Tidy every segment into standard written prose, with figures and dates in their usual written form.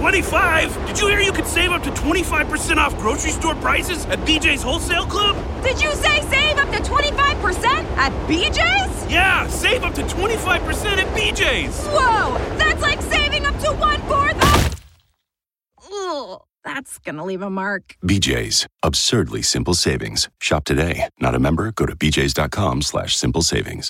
25? Did you hear you could save up to 25% off grocery store prices at BJ's Wholesale Club? Did you say save up to 25% at BJ's? Yeah, save up to 25% at BJ's. Whoa, that's like saving up to 1/4 of... Ugh, that's gonna leave a mark. BJ's, absurdly simple savings. Shop today. Not a member? Go to bjs.com/simple savings.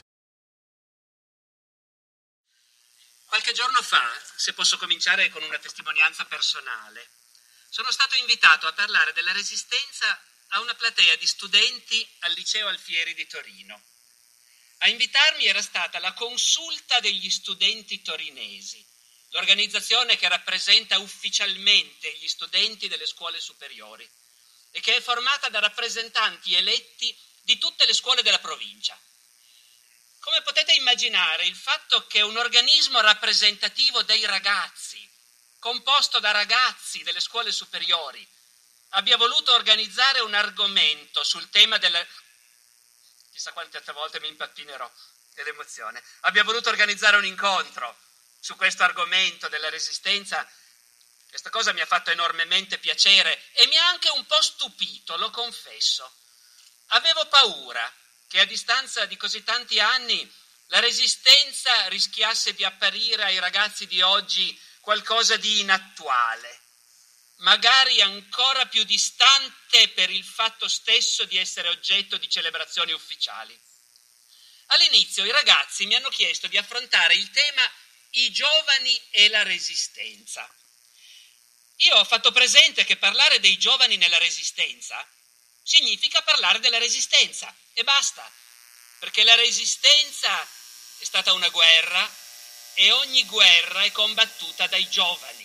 Qualche giorno fa, se posso cominciare con una testimonianza personale, sono stato invitato a parlare della Resistenza a una platea di studenti al Liceo Alfieri di Torino. A invitarmi era stata la Consulta degli Studenti Torinesi, l'organizzazione che rappresenta ufficialmente gli studenti delle scuole superiori e che è formata da rappresentanti eletti di tutte le scuole della provincia. Come potete immaginare, il fatto che un organismo rappresentativo dei ragazzi, composto da ragazzi delle scuole superiori, abbia voluto organizzare un argomento sul tema della... Chissà quante altre volte mi impappinerò dell'emozione. Abbia voluto organizzare un incontro su questo argomento della Resistenza. Questa cosa mi ha fatto enormemente piacere e mi ha anche un po' stupito, lo confesso. Avevo paura che a distanza di così tanti anni la Resistenza rischiasse di apparire ai ragazzi di oggi qualcosa di inattuale, magari ancora più distante per il fatto stesso di essere oggetto di celebrazioni ufficiali. All'inizio i ragazzi mi hanno chiesto di affrontare il tema I giovani e la Resistenza. Io ho fatto presente che parlare dei giovani nella Resistenza significa parlare della Resistenza e basta, perché la Resistenza è stata una guerra e ogni guerra è combattuta dai giovani.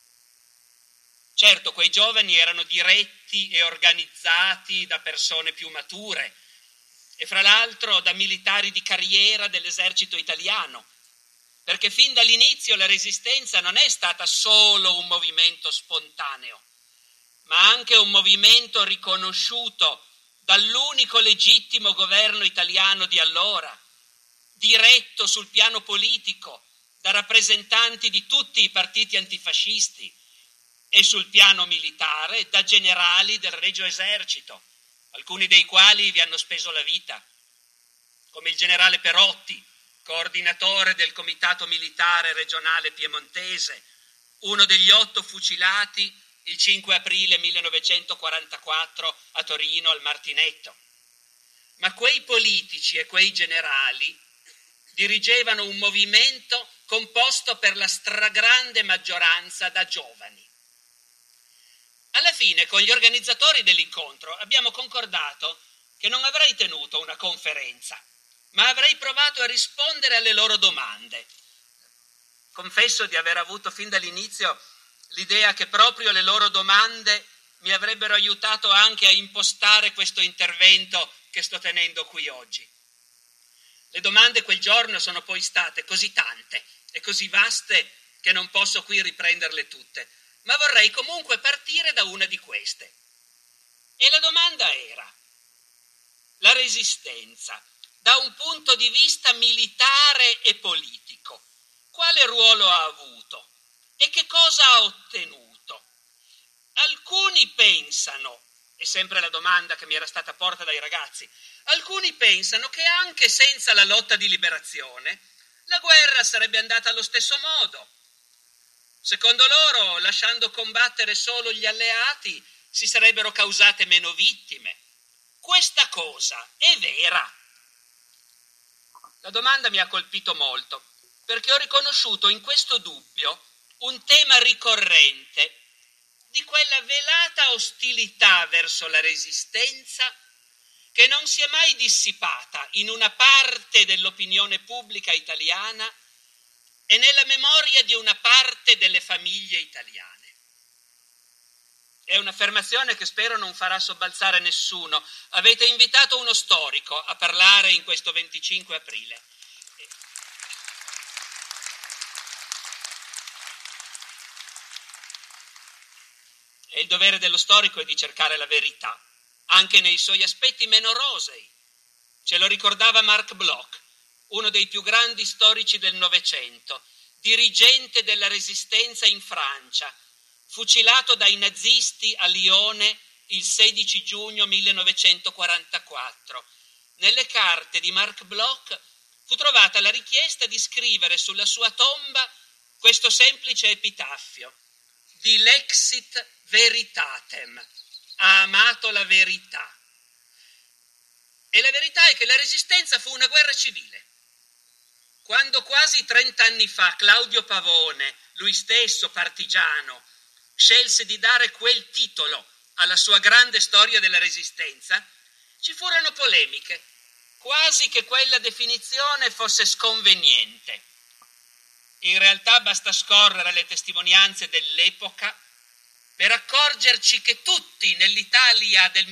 Certo, quei giovani erano diretti e organizzati da persone più mature e fra l'altro da militari di carriera dell'esercito italiano, perché fin dall'inizio la Resistenza non è stata solo un movimento spontaneo, ma anche un movimento riconosciuto dall'unico legittimo governo italiano di allora, diretto sul piano politico da rappresentanti di tutti i partiti antifascisti e sul piano militare da generali del Regio Esercito, alcuni dei quali vi hanno speso la vita, come il generale Perotti, coordinatore del Comitato Militare Regionale Piemontese, uno degli 8 fucilati il 5 aprile 1944 a Torino al Martinetto. Ma quei politici e quei generali dirigevano un movimento composto per la stragrande maggioranza da giovani. Alla fine, con gli organizzatori dell'incontro, abbiamo concordato che non avrei tenuto una conferenza, ma avrei provato a rispondere alle loro domande. Confesso di aver avuto fin dall'inizio l'idea che proprio le loro domande mi avrebbero aiutato anche a impostare questo intervento che sto tenendo qui oggi. Le domande quel giorno sono poi state così tante e così vaste che non posso qui riprenderle tutte, ma vorrei comunque partire da una di queste. E la domanda era: la Resistenza, da un punto di vista militare e politico, quale ruolo ha avuto? E che cosa ha ottenuto? Alcuni pensano, è sempre la domanda che mi era stata porta dai ragazzi, alcuni pensano che anche senza la lotta di liberazione la guerra sarebbe andata allo stesso modo. Secondo loro, lasciando combattere solo gli alleati, si sarebbero causate meno vittime. Questa cosa è vera? La domanda mi ha colpito molto, perché ho riconosciuto in questo dubbio un tema ricorrente di quella velata ostilità verso la Resistenza che non si è mai dissipata in una parte dell'opinione pubblica italiana e nella memoria di una parte delle famiglie italiane. È un'affermazione che spero non farà sobbalzare nessuno. Avete invitato uno storico a parlare in questo 25 aprile. E il dovere dello storico è di cercare la verità, anche nei suoi aspetti meno rosei. Ce lo ricordava Marc Bloch, uno dei più grandi storici del Novecento, dirigente della Resistenza in Francia, fucilato dai nazisti a Lione il 16 giugno 1944. Nelle carte di Marc Bloch fu trovata la richiesta di scrivere sulla sua tomba questo semplice epitaffio: Dilexit veritatem, ha amato la verità. E la verità è che la Resistenza fu una guerra civile. Quando quasi 30 anni fa Claudio Pavone, lui stesso partigiano, scelse di dare quel titolo alla sua grande storia della Resistenza, ci furono polemiche, quasi che quella definizione fosse sconveniente. In realtà basta scorrere le testimonianze dell'epoca per accorgerci che tutti nell'Italia del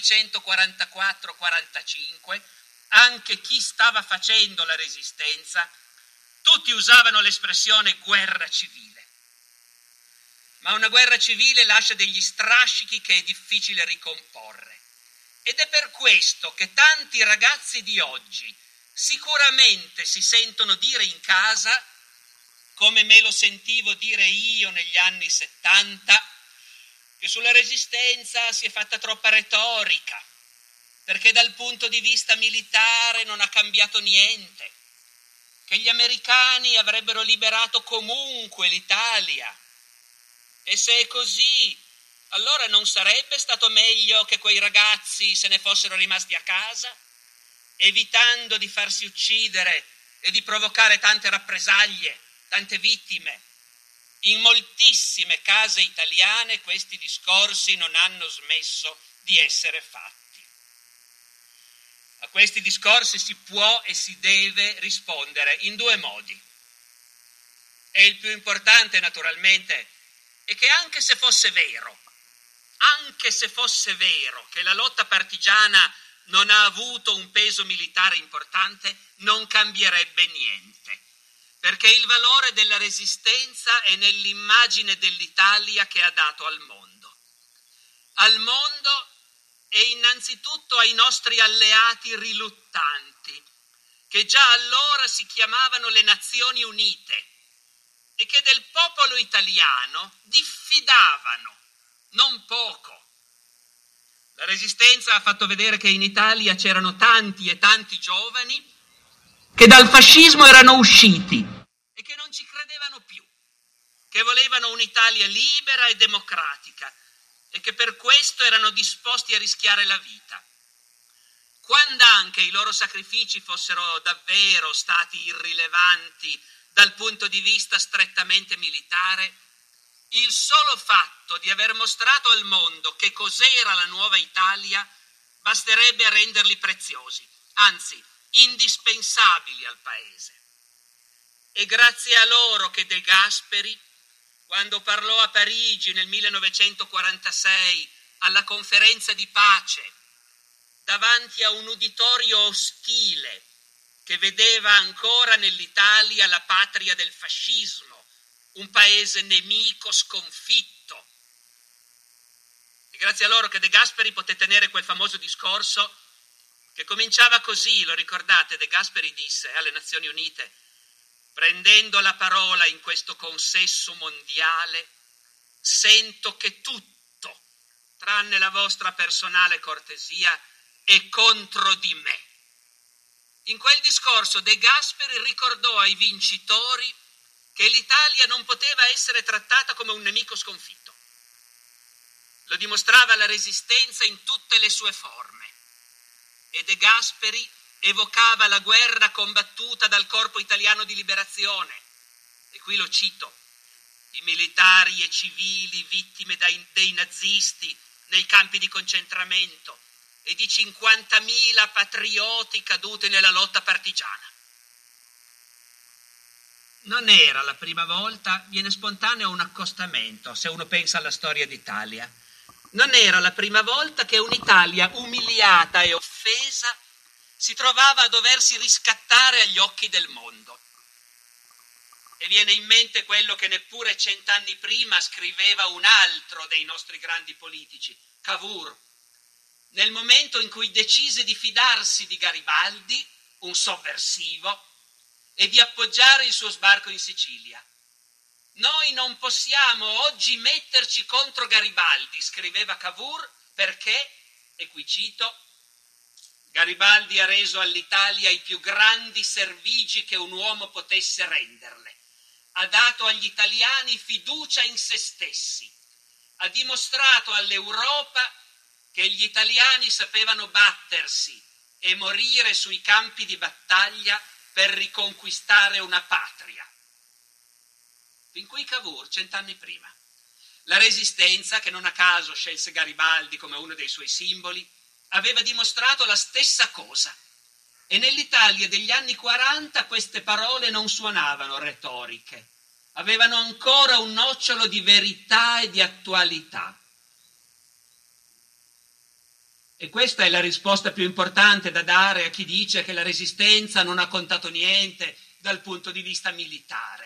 1944-45, anche chi stava facendo la Resistenza, tutti usavano l'espressione guerra civile. Ma una guerra civile lascia degli strascichi che è difficile ricomporre. Ed è per questo che tanti ragazzi di oggi sicuramente si sentono dire in casa, come me lo sentivo dire io negli anni 70, che sulla Resistenza si è fatta troppa retorica, perché dal punto di vista militare non ha cambiato niente, che gli americani avrebbero liberato comunque l'Italia. E se è così, allora non sarebbe stato meglio che quei ragazzi se ne fossero rimasti a casa, evitando di farsi uccidere e di provocare tante rappresaglie, tante vittime? In moltissime case italiane questi discorsi non hanno smesso di essere fatti. A questi discorsi si può e si deve rispondere in due modi. E il più importante, naturalmente, è che anche se fosse vero che la lotta partigiana non ha avuto un peso militare importante, non cambierebbe niente. Perché il valore della Resistenza è nell'immagine dell'Italia che ha dato al mondo. Al mondo e innanzitutto ai nostri alleati riluttanti, che già allora si chiamavano le Nazioni Unite e che del popolo italiano diffidavano, non poco. La Resistenza ha fatto vedere che in Italia c'erano tanti e tanti giovani che dal fascismo erano usciti e che non ci credevano più, che volevano un'Italia libera e democratica e che per questo erano disposti a rischiare la vita. Quando anche i loro sacrifici fossero davvero stati irrilevanti dal punto di vista strettamente militare, il solo fatto di aver mostrato al mondo che cos'era la nuova Italia basterebbe a renderli preziosi, anzi indispensabili al paese. È grazie a loro che De Gasperi, quando parlò a Parigi nel 1946 alla conferenza di pace, davanti a un uditorio ostile che vedeva ancora nell'Italia la patria del fascismo, un paese nemico sconfitto. È grazie a loro che De Gasperi poté tenere quel famoso discorso che cominciava così, lo ricordate? De Gasperi disse alle Nazioni Unite: prendendo la parola in questo consesso mondiale, sento che tutto, tranne la vostra personale cortesia, è contro di me. In quel discorso De Gasperi ricordò ai vincitori che l'Italia non poteva essere trattata come un nemico sconfitto. Lo dimostrava la Resistenza in tutte le sue forme. E De Gasperi evocava la guerra combattuta dal Corpo Italiano di Liberazione. E qui lo cito: i militari e civili vittime dei nazisti nei campi di concentramento e di 50.000 patrioti caduti nella lotta partigiana. Non era la prima volta, viene spontaneo un accostamento se uno pensa alla storia d'Italia. Non era la prima volta che un'Italia umiliata e offesa si trovava a doversi riscattare agli occhi del mondo. E viene in mente quello che neppure 100 anni prima scriveva un altro dei nostri grandi politici, Cavour, nel momento in cui decise di fidarsi di Garibaldi, un sovversivo, e di appoggiare il suo sbarco in Sicilia. Noi non possiamo oggi metterci contro Garibaldi, scriveva Cavour, perché, e qui cito, Garibaldi ha reso all'Italia i più grandi servigi che un uomo potesse renderle. Ha dato agli italiani fiducia in se stessi. Ha dimostrato all'Europa che gli italiani sapevano battersi e morire sui campi di battaglia per riconquistare una patria. Fin qui Cavour, 100 anni prima. La Resistenza, che non a caso scelse Garibaldi come uno dei suoi simboli, aveva dimostrato la stessa cosa. E nell'Italia degli anni 40 queste parole non suonavano retoriche, avevano ancora un nocciolo di verità e di attualità. E questa è la risposta più importante da dare a chi dice che la Resistenza non ha contato niente dal punto di vista militare.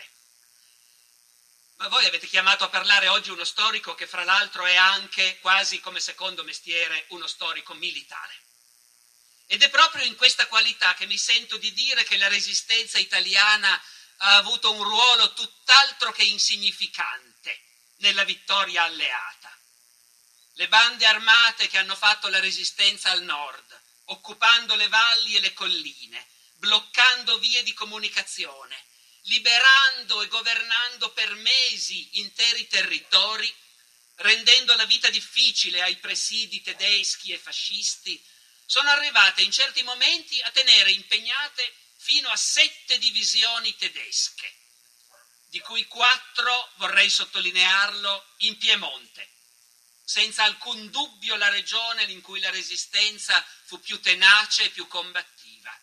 Ma voi avete chiamato a parlare oggi uno storico che fra l'altro è anche, quasi come secondo mestiere, uno storico militare. Ed è proprio in questa qualità che mi sento di dire che la Resistenza italiana ha avuto un ruolo tutt'altro che insignificante nella vittoria alleata. Le bande armate che hanno fatto la Resistenza al nord, occupando le valli e le colline, bloccando vie di comunicazione, liberando e governando per mesi interi territori, rendendo la vita difficile ai presidi tedeschi e fascisti, sono arrivate in certi momenti a tenere impegnate fino a 7 divisioni tedesche, di cui 4, vorrei sottolinearlo, in Piemonte. Senza alcun dubbio la regione in cui la Resistenza fu più tenace e più combattiva.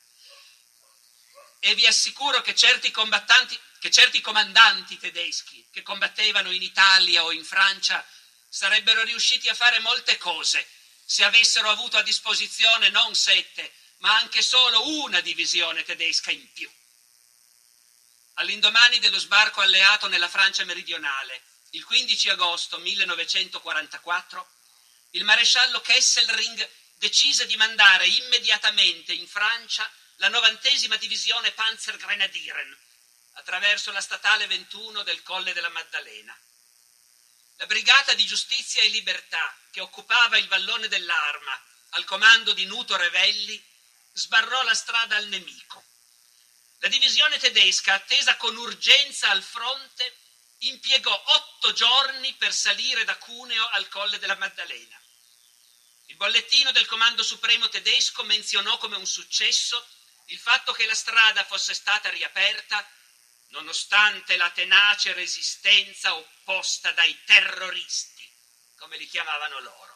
E vi assicuro che certi comandanti tedeschi che combattevano in Italia o in Francia sarebbero riusciti a fare molte cose se avessero avuto a disposizione non 7, ma anche solo una divisione tedesca in più. All'indomani dello sbarco alleato nella Francia meridionale, il 15 agosto 1944, il maresciallo Kesselring decise di mandare immediatamente in Francia la 90ª divisione Panzergrenadieren attraverso la statale 21 del Colle della Maddalena. La brigata di giustizia e libertà, che occupava il vallone dell'Arma al comando di Nuto Revelli, sbarrò la strada al nemico. La divisione tedesca, attesa con urgenza al fronte, impiegò 8 giorni per salire da Cuneo al Colle della Maddalena. Il bollettino del Comando Supremo tedesco menzionò come un successo il fatto che la strada fosse stata riaperta nonostante la tenace resistenza opposta dai terroristi, come li chiamavano loro.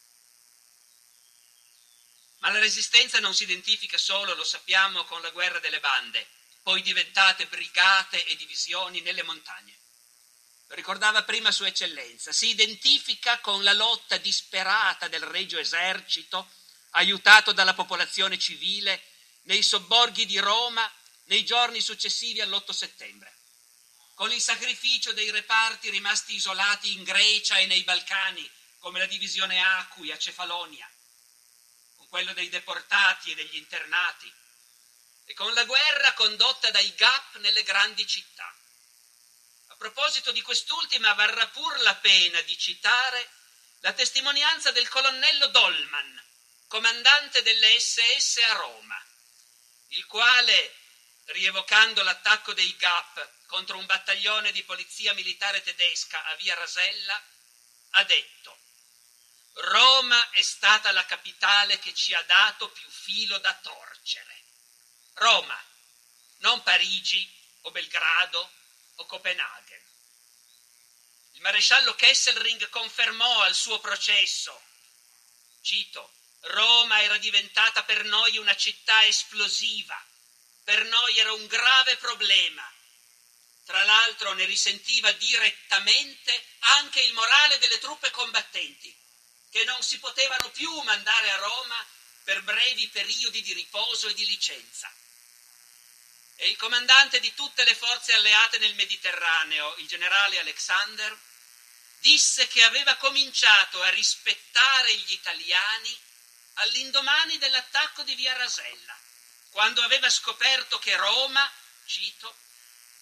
Ma la resistenza non si identifica solo, lo sappiamo, con la guerra delle bande, poi diventate brigate e divisioni nelle montagne. Lo ricordava prima Sua Eccellenza, si identifica con la lotta disperata del Regio Esercito, aiutato dalla popolazione civile, nei sobborghi di Roma nei giorni successivi all'8 settembre, con il sacrificio dei reparti rimasti isolati in Grecia e nei Balcani, come la divisione Acqui a Cefalonia, con quello dei deportati e degli internati, e con la guerra condotta dai GAP nelle grandi città. A proposito di quest'ultima, varrà pur la pena di citare la testimonianza del colonnello Dollmann, comandante delle SS a Roma, il quale, rievocando l'attacco dei GAP contro un battaglione di polizia militare tedesca a Via Rasella, ha detto: Roma è stata la capitale che ci ha dato più filo da torcere. Roma, non Parigi o Belgrado o Copenaghen. Il maresciallo Kesselring confermò al suo processo, cito, Roma era diventata per noi una città esplosiva, per noi era un grave problema. Tra l'altro ne risentiva direttamente anche il morale delle truppe combattenti, che non si potevano più mandare a Roma per brevi periodi di riposo e di licenza. E il comandante di tutte le forze alleate nel Mediterraneo, il generale Alexander, disse che aveva cominciato a rispettare gli italiani all'indomani dell'attacco di Via Rasella, quando aveva scoperto che Roma, cito,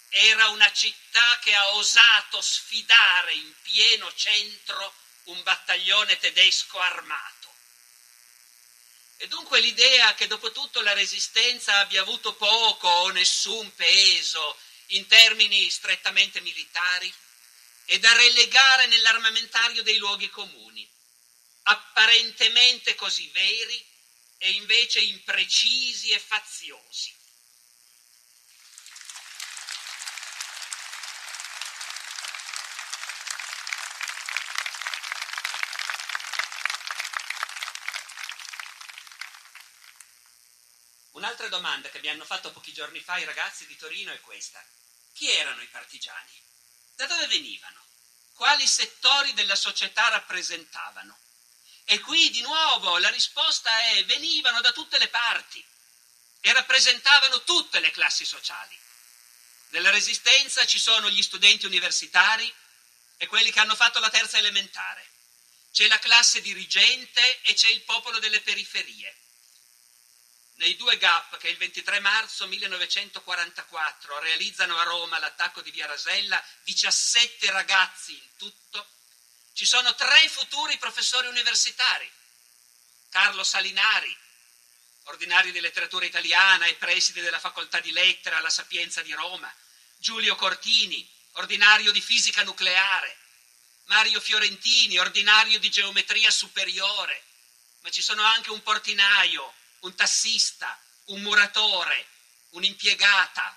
era una città che ha osato sfidare in pieno centro un battaglione tedesco armato. E dunque l'idea che dopo tutto la resistenza abbia avuto poco o nessun peso in termini strettamente militari è da relegare nell'armamentario dei luoghi comuni, apparentemente così veri e invece imprecisi e faziosi. Un'altra domanda che mi hanno fatto pochi giorni fa i ragazzi di Torino è questa: chi erano i partigiani? Da dove venivano? Quali settori della società rappresentavano? E qui di nuovo la risposta è: venivano da tutte le parti e rappresentavano tutte le classi sociali. Nella Resistenza ci sono gli studenti universitari e quelli che hanno fatto la terza elementare. C'è la classe dirigente e c'è il popolo delle periferie. Nei due GAP che il 23 marzo 1944 realizzano a Roma l'attacco di Via Rasella, 17 ragazzi in tutto, ci sono 3 futuri professori universitari: Carlo Salinari, ordinario di letteratura italiana e preside della facoltà di lettere alla Sapienza di Roma; Giulio Cortini, ordinario di fisica nucleare; Mario Fiorentini, ordinario di geometria superiore. Ma ci sono anche un portinaio, un tassista, un muratore, un'impiegata.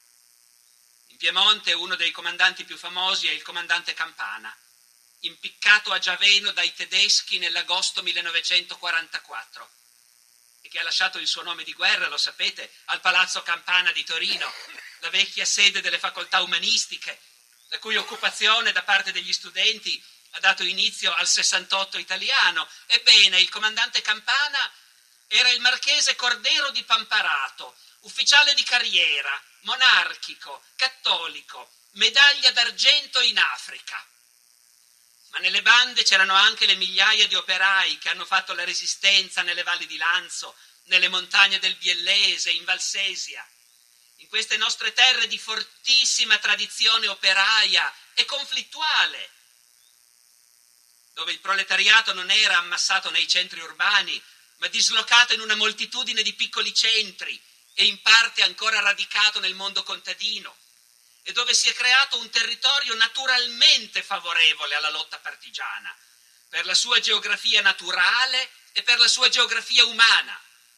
In Piemonte uno dei comandanti più famosi è il comandante Campana, impiccato a Giaveno dai tedeschi nell'agosto 1944 e che ha lasciato il suo nome di guerra, lo sapete, al Palazzo Campana di Torino, la vecchia sede delle facoltà umanistiche, la cui occupazione da parte degli studenti ha dato inizio al 68 italiano. Ebbene, il comandante Campana era il marchese Cordero di Pamparato, ufficiale di carriera, monarchico, cattolico, medaglia d'argento in Africa. Ma nelle bande c'erano anche le migliaia di operai che hanno fatto la resistenza nelle valli di Lanzo, nelle montagne del Biellese, in Valsesia. In queste nostre terre di fortissima tradizione operaia e conflittuale, dove il proletariato non era ammassato nei centri urbani, ma dislocato in una moltitudine di piccoli centri e in parte ancora radicato nel mondo contadino, e dove si è creato un territorio naturalmente favorevole alla lotta partigiana, per la sua geografia naturale e per la sua geografia umana.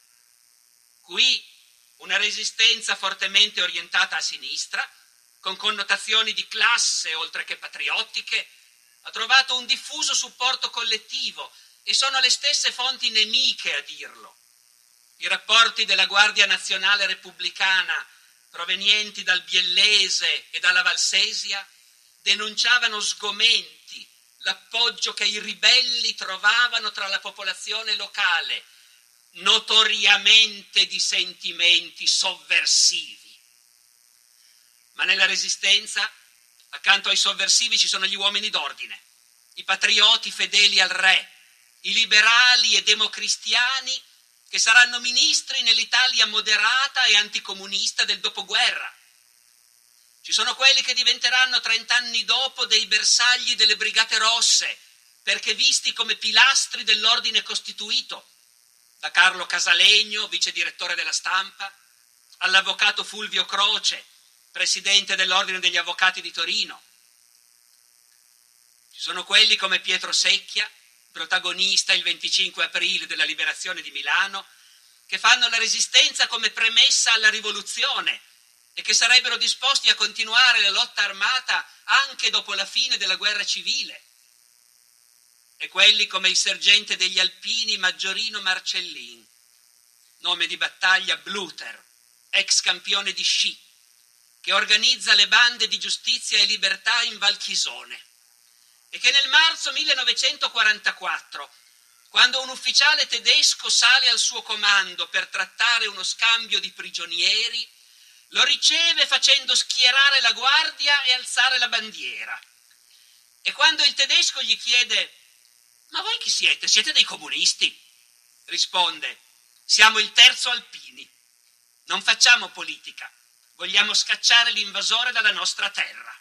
Qui una resistenza fortemente orientata a sinistra, con connotazioni di classe oltre che patriottiche, ha trovato un diffuso supporto collettivo, e sono le stesse fonti nemiche a dirlo. I rapporti della Guardia Nazionale Repubblicana, provenienti dal Biellese e dalla Valsesia, denunciavano sgomenti l'appoggio che i ribelli trovavano tra la popolazione locale, notoriamente di sentimenti sovversivi. Ma nella Resistenza, accanto ai sovversivi, ci sono gli uomini d'ordine, i patrioti fedeli al re, i liberali e democristiani che saranno ministri nell'Italia moderata e anticomunista del dopoguerra. Ci sono quelli che diventeranno 30 anni dopo dei bersagli delle Brigate Rosse, perché visti come pilastri dell'ordine costituito, da Carlo Casalegno, vice direttore della Stampa, all'avvocato Fulvio Croce, presidente dell'Ordine degli Avvocati di Torino. Ci sono quelli come Pietro Secchia, protagonista il 25 aprile della liberazione di Milano, che fanno la resistenza come premessa alla rivoluzione e che sarebbero disposti a continuare la lotta armata anche dopo la fine della guerra civile. E quelli come il sergente degli Alpini Maggiorino Marcellin, nome di battaglia Bluter, ex campione di sci, che organizza le bande di giustizia e libertà in Val Chisone, e che nel marzo 1944, quando un ufficiale tedesco sale al suo comando per trattare uno scambio di prigionieri, lo riceve facendo schierare la guardia e alzare la bandiera. E quando il tedesco gli chiede: «Ma voi chi siete? Siete dei comunisti?» risponde: «Siamo il terzo Alpini. Non facciamo politica, Vogliamo scacciare l'invasore dalla nostra terra.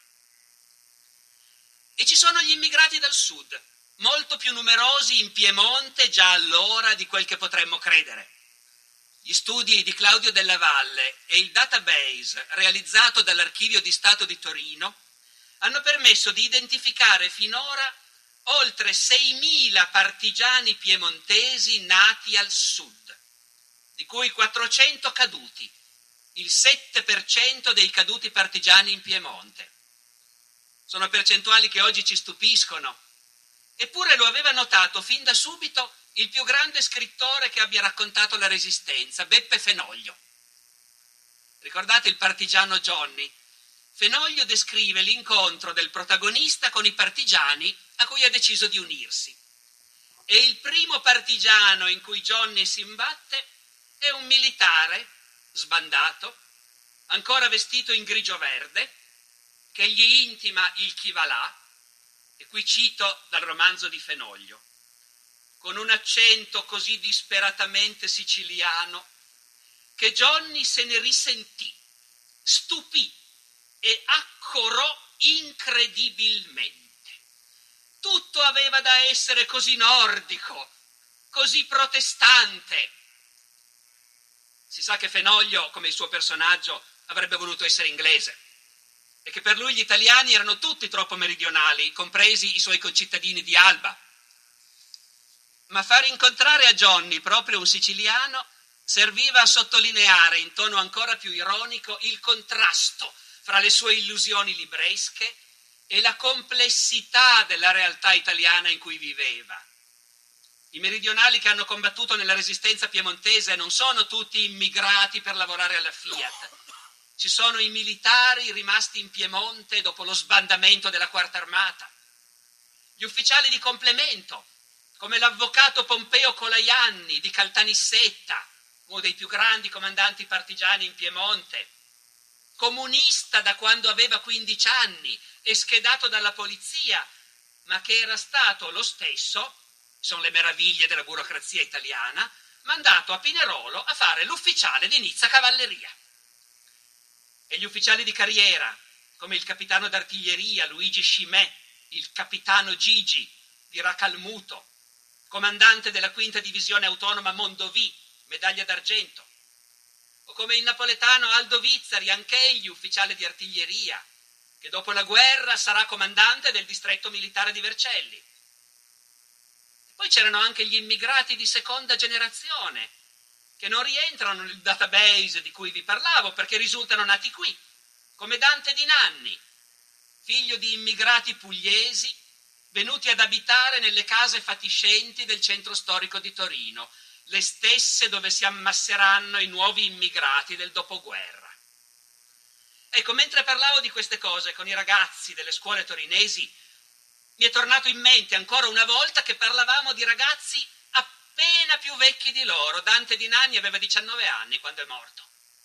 E ci sono gli immigrati dal sud, molto più numerosi in Piemonte già allora di quel che potremmo credere. Gli studi di Claudio Della Valle e il database realizzato dall'Archivio di Stato di Torino hanno permesso di identificare finora oltre 6.000 partigiani piemontesi nati al sud, di cui 400 caduti, il 7% dei caduti partigiani in Piemonte. Sono percentuali che oggi ci stupiscono, eppure lo aveva notato fin da subito il più grande scrittore che abbia raccontato la Resistenza, Beppe Fenoglio. Ricordate il partigiano Johnny? Fenoglio descrive l'incontro del protagonista con i partigiani a cui ha deciso di unirsi. E il primo partigiano in cui Johnny si imbatte è un militare sbandato, ancora vestito in grigio-verde, che gli intima il chi va là, e qui cito dal romanzo di Fenoglio, con un accento così disperatamente siciliano che Johnny se ne risentì, stupì e accorò incredibilmente. Tutto aveva da essere così nordico, così protestante. Si sa che Fenoglio, come il suo personaggio, avrebbe voluto essere inglese e che per lui gli italiani erano tutti troppo meridionali, compresi i suoi concittadini di Alba. Ma far incontrare a Johnny proprio un siciliano serviva a sottolineare in tono ancora più ironico il contrasto fra le sue illusioni libresche e la complessità della realtà italiana in cui viveva. I meridionali che hanno combattuto nella resistenza piemontese non sono tutti immigrati per lavorare alla Fiat. Ci sono i militari rimasti in Piemonte dopo lo sbandamento della Quarta Armata, gli ufficiali di complemento, come l'avvocato Pompeo Colaianni di Caltanissetta, uno dei più grandi comandanti partigiani in Piemonte, comunista da quando aveva 15 anni e schedato dalla polizia, ma che era stato lo stesso, sono le meraviglie della burocrazia italiana, mandato a Pinerolo a fare l'ufficiale di Nizza Cavalleria. E gli ufficiali di carriera, come il capitano d'artiglieria Luigi Scimè, il capitano Gigi di Racalmuto, comandante della quinta divisione autonoma Mondovì, medaglia d'argento, o come il napoletano Aldo Vizzari, anch'egli ufficiale di artiglieria, che dopo la guerra sarà comandante del distretto militare di Vercelli. E poi c'erano anche gli immigrati di seconda generazione, che non rientrano nel database di cui vi parlavo perché risultano nati qui, come Dante Di Nanni, figlio di immigrati pugliesi venuti ad abitare nelle case fatiscenti del centro storico di Torino, le stesse dove si ammasseranno i nuovi immigrati del dopoguerra. Ecco, mentre parlavo di queste cose con i ragazzi delle scuole torinesi, mi è tornato in mente ancora una volta che parlavamo di ragazzi appena più vecchi di loro. Dante Di Nanni aveva 19 anni quando è morto.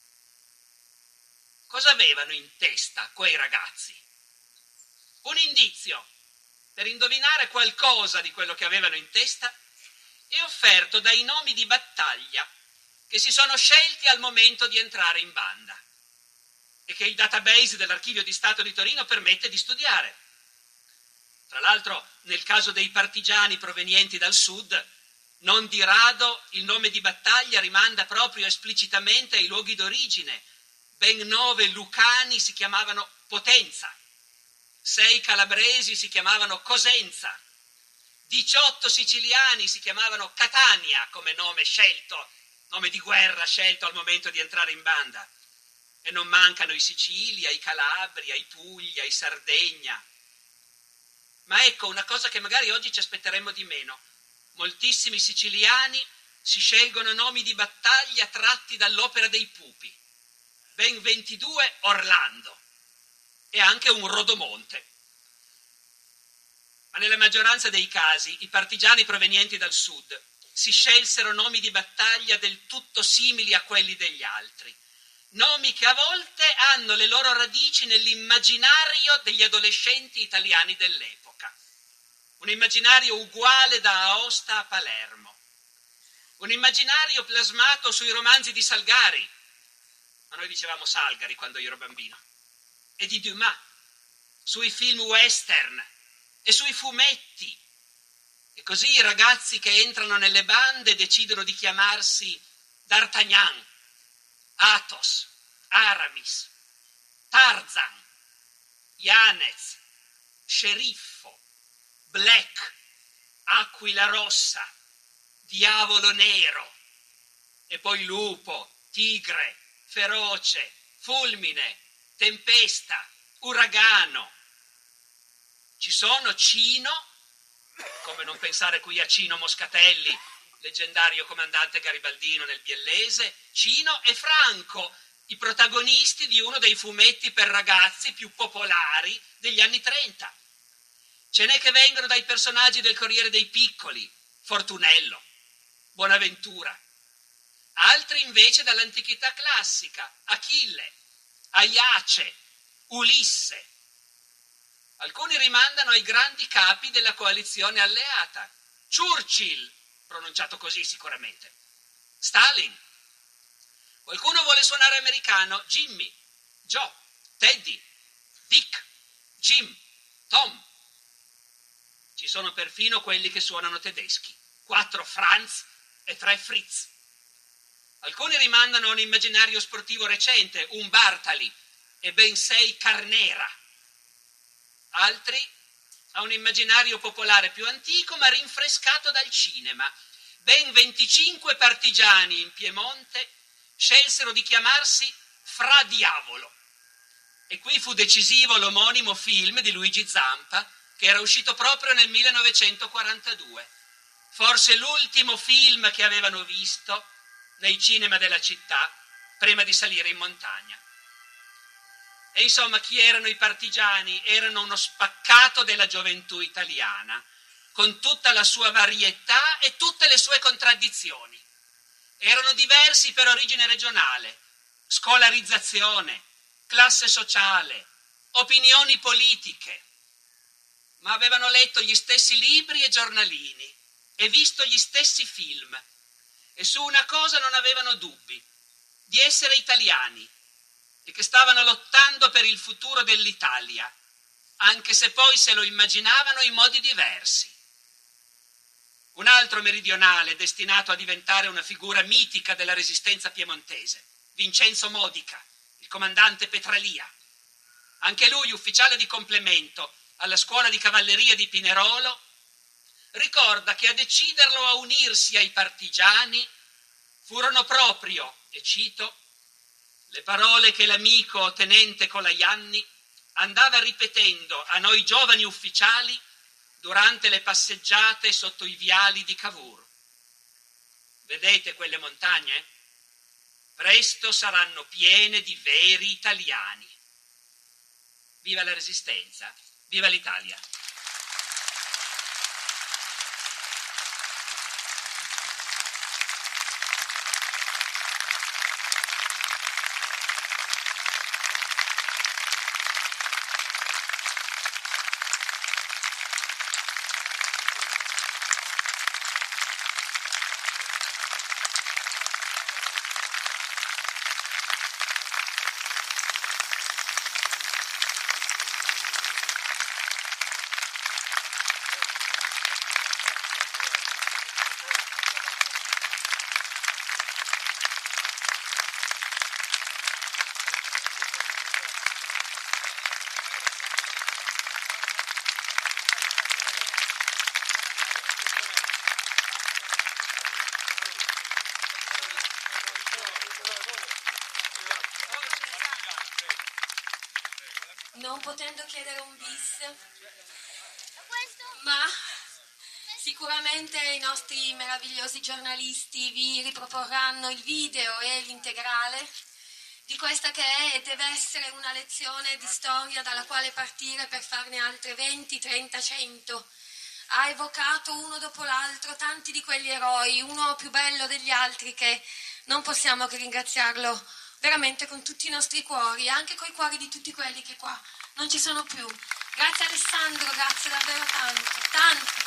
Cosa avevano in testa quei ragazzi? Un indizio per indovinare qualcosa di quello che avevano in testa è offerto dai nomi di battaglia che si sono scelti al momento di entrare in banda e che il database dell'Archivio di Stato di Torino permette di studiare. Tra l'altro, nel caso dei partigiani provenienti dal sud, non di rado il nome di battaglia rimanda proprio esplicitamente ai luoghi d'origine. Ben 9 lucani si chiamavano Potenza, 6 calabresi si chiamavano Cosenza, 18 siciliani si chiamavano Catania come nome scelto, nome di guerra scelto al momento di entrare in banda. E non mancano i Sicilia, i Calabria, i Puglia, i Sardegna. Ma ecco una cosa che magari oggi ci aspetteremmo di meno. Moltissimi siciliani si scelgono nomi di battaglia tratti dall'Opera dei Pupi. Ben 22 Orlando e anche un Rodomonte. Ma nella maggioranza dei casi i partigiani provenienti dal sud si scelsero nomi di battaglia del tutto simili a quelli degli altri. Nomi che a volte hanno le loro radici nell'immaginario degli adolescenti italiani dell'epoca. Un immaginario uguale da Aosta a Palermo. Un immaginario plasmato sui romanzi di Salgari, ma noi dicevamo Salgari quando io ero bambino, e di Dumas, sui film western e sui fumetti. E così i ragazzi che entrano nelle bande decidono di chiamarsi D'Artagnan, Athos, Aramis, Tarzan, Yanez, Sceriffo, Black, Aquila Rossa, Diavolo Nero, e poi Lupo, Tigre, Feroce, Fulmine, Tempesta, Uragano. Ci sono Cino, come non pensare qui a Cino Moscatelli, leggendario comandante garibaldino nel Biellese, Cino e Franco, i protagonisti di uno dei fumetti per ragazzi più popolari degli anni 30. Ce n'è che vengono dai personaggi del Corriere dei Piccoli, Fortunello, Bonaventura. Altri invece dall'antichità classica, Achille, Aiace, Ulisse. Alcuni rimandano ai grandi capi della coalizione alleata, Churchill, pronunciato così sicuramente, Stalin. Qualcuno vuole suonare americano, Jimmy, Joe, Teddy, Dick, Jim, Tom. Ci sono perfino quelli che suonano tedeschi, 4 Franz e 3 Fritz. Alcuni rimandano a un immaginario sportivo recente, un Bartali e ben 6 Carnera. Altri a un immaginario popolare più antico ma rinfrescato dal cinema. Ben 25 partigiani in Piemonte scelsero di chiamarsi Fra Diavolo. E qui fu decisivo l'omonimo film di Luigi Zampa, che era uscito proprio nel 1942. Forse l'ultimo film che avevano visto nei cinema della città prima di salire in montagna. E insomma, chi erano i partigiani? Erano uno spaccato della gioventù italiana, con tutta la sua varietà e tutte le sue contraddizioni. Erano diversi per origine regionale, scolarizzazione, classe sociale, opinioni politiche, ma avevano letto gli stessi libri e giornalini e visto gli stessi film, e su una cosa non avevano dubbi, di essere italiani, e che stavano lottando per il futuro dell'Italia, anche se poi se lo immaginavano in modi diversi. Un altro meridionale destinato a diventare una figura mitica della resistenza piemontese, Vincenzo Modica, il comandante Petralia. Anche lui, ufficiale di complemento alla scuola di cavalleria di Pinerolo, ricorda che a deciderlo a unirsi ai partigiani furono proprio, e cito, le parole che l'amico tenente Colaianni andava ripetendo a noi giovani ufficiali durante le passeggiate sotto i viali di Cavour. Vedete quelle montagne? Presto saranno piene di veri italiani. Viva la Resistenza, viva l'Italia! Non potendo chiedere un bis, ma sicuramente i nostri meravigliosi giornalisti vi riproporranno il video e l'integrale di questa che è e deve essere una lezione di storia dalla quale partire per farne altre 20, 30, 100. Ha evocato uno dopo l'altro tanti di quegli eroi, uno più bello degli altri, che non possiamo che ringraziarlo veramente con tutti i nostri cuori, anche coi cuori di tutti quelli che qua non ci sono più. Grazie Alessandro, grazie davvero tanto, tanto.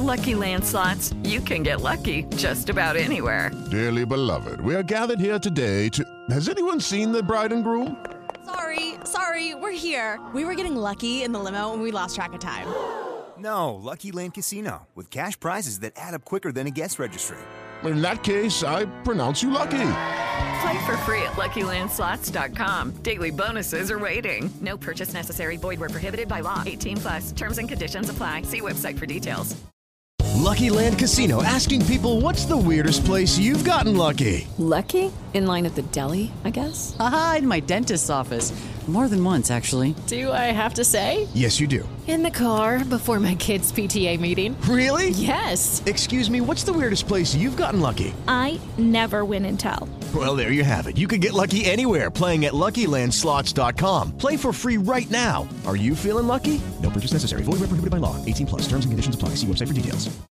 Lucky Land Slots, you can get lucky just about anywhere. Dearly beloved, we are gathered here today to... Has anyone seen the bride and groom? Sorry, we're here. We were getting lucky in the limo and we lost track of time. No, Lucky Land Casino, with cash prizes that add up quicker than a guest registry. In that case, I pronounce you lucky. Play for free at LuckyLandSlots.com. Daily bonuses are waiting. No purchase necessary. Void where prohibited by law. 18+. Terms and conditions apply. See website for details. Lucky Land Casino, asking people, what's the weirdest place you've gotten lucky? Lucky? In line at the deli, I guess? Aha, in my dentist's office. More than once, actually. Do I have to say? Yes, you do. In the car before my kids' PTA meeting. Really? Yes. Excuse me, what's the weirdest place you've gotten lucky? I never win and tell. Well, there you have it. You can get lucky anywhere, playing at LuckyLandSlots.com. Play for free right now. Are you feeling lucky? No purchase necessary. Void where prohibited by law. 18+. Terms and conditions apply. See website for details.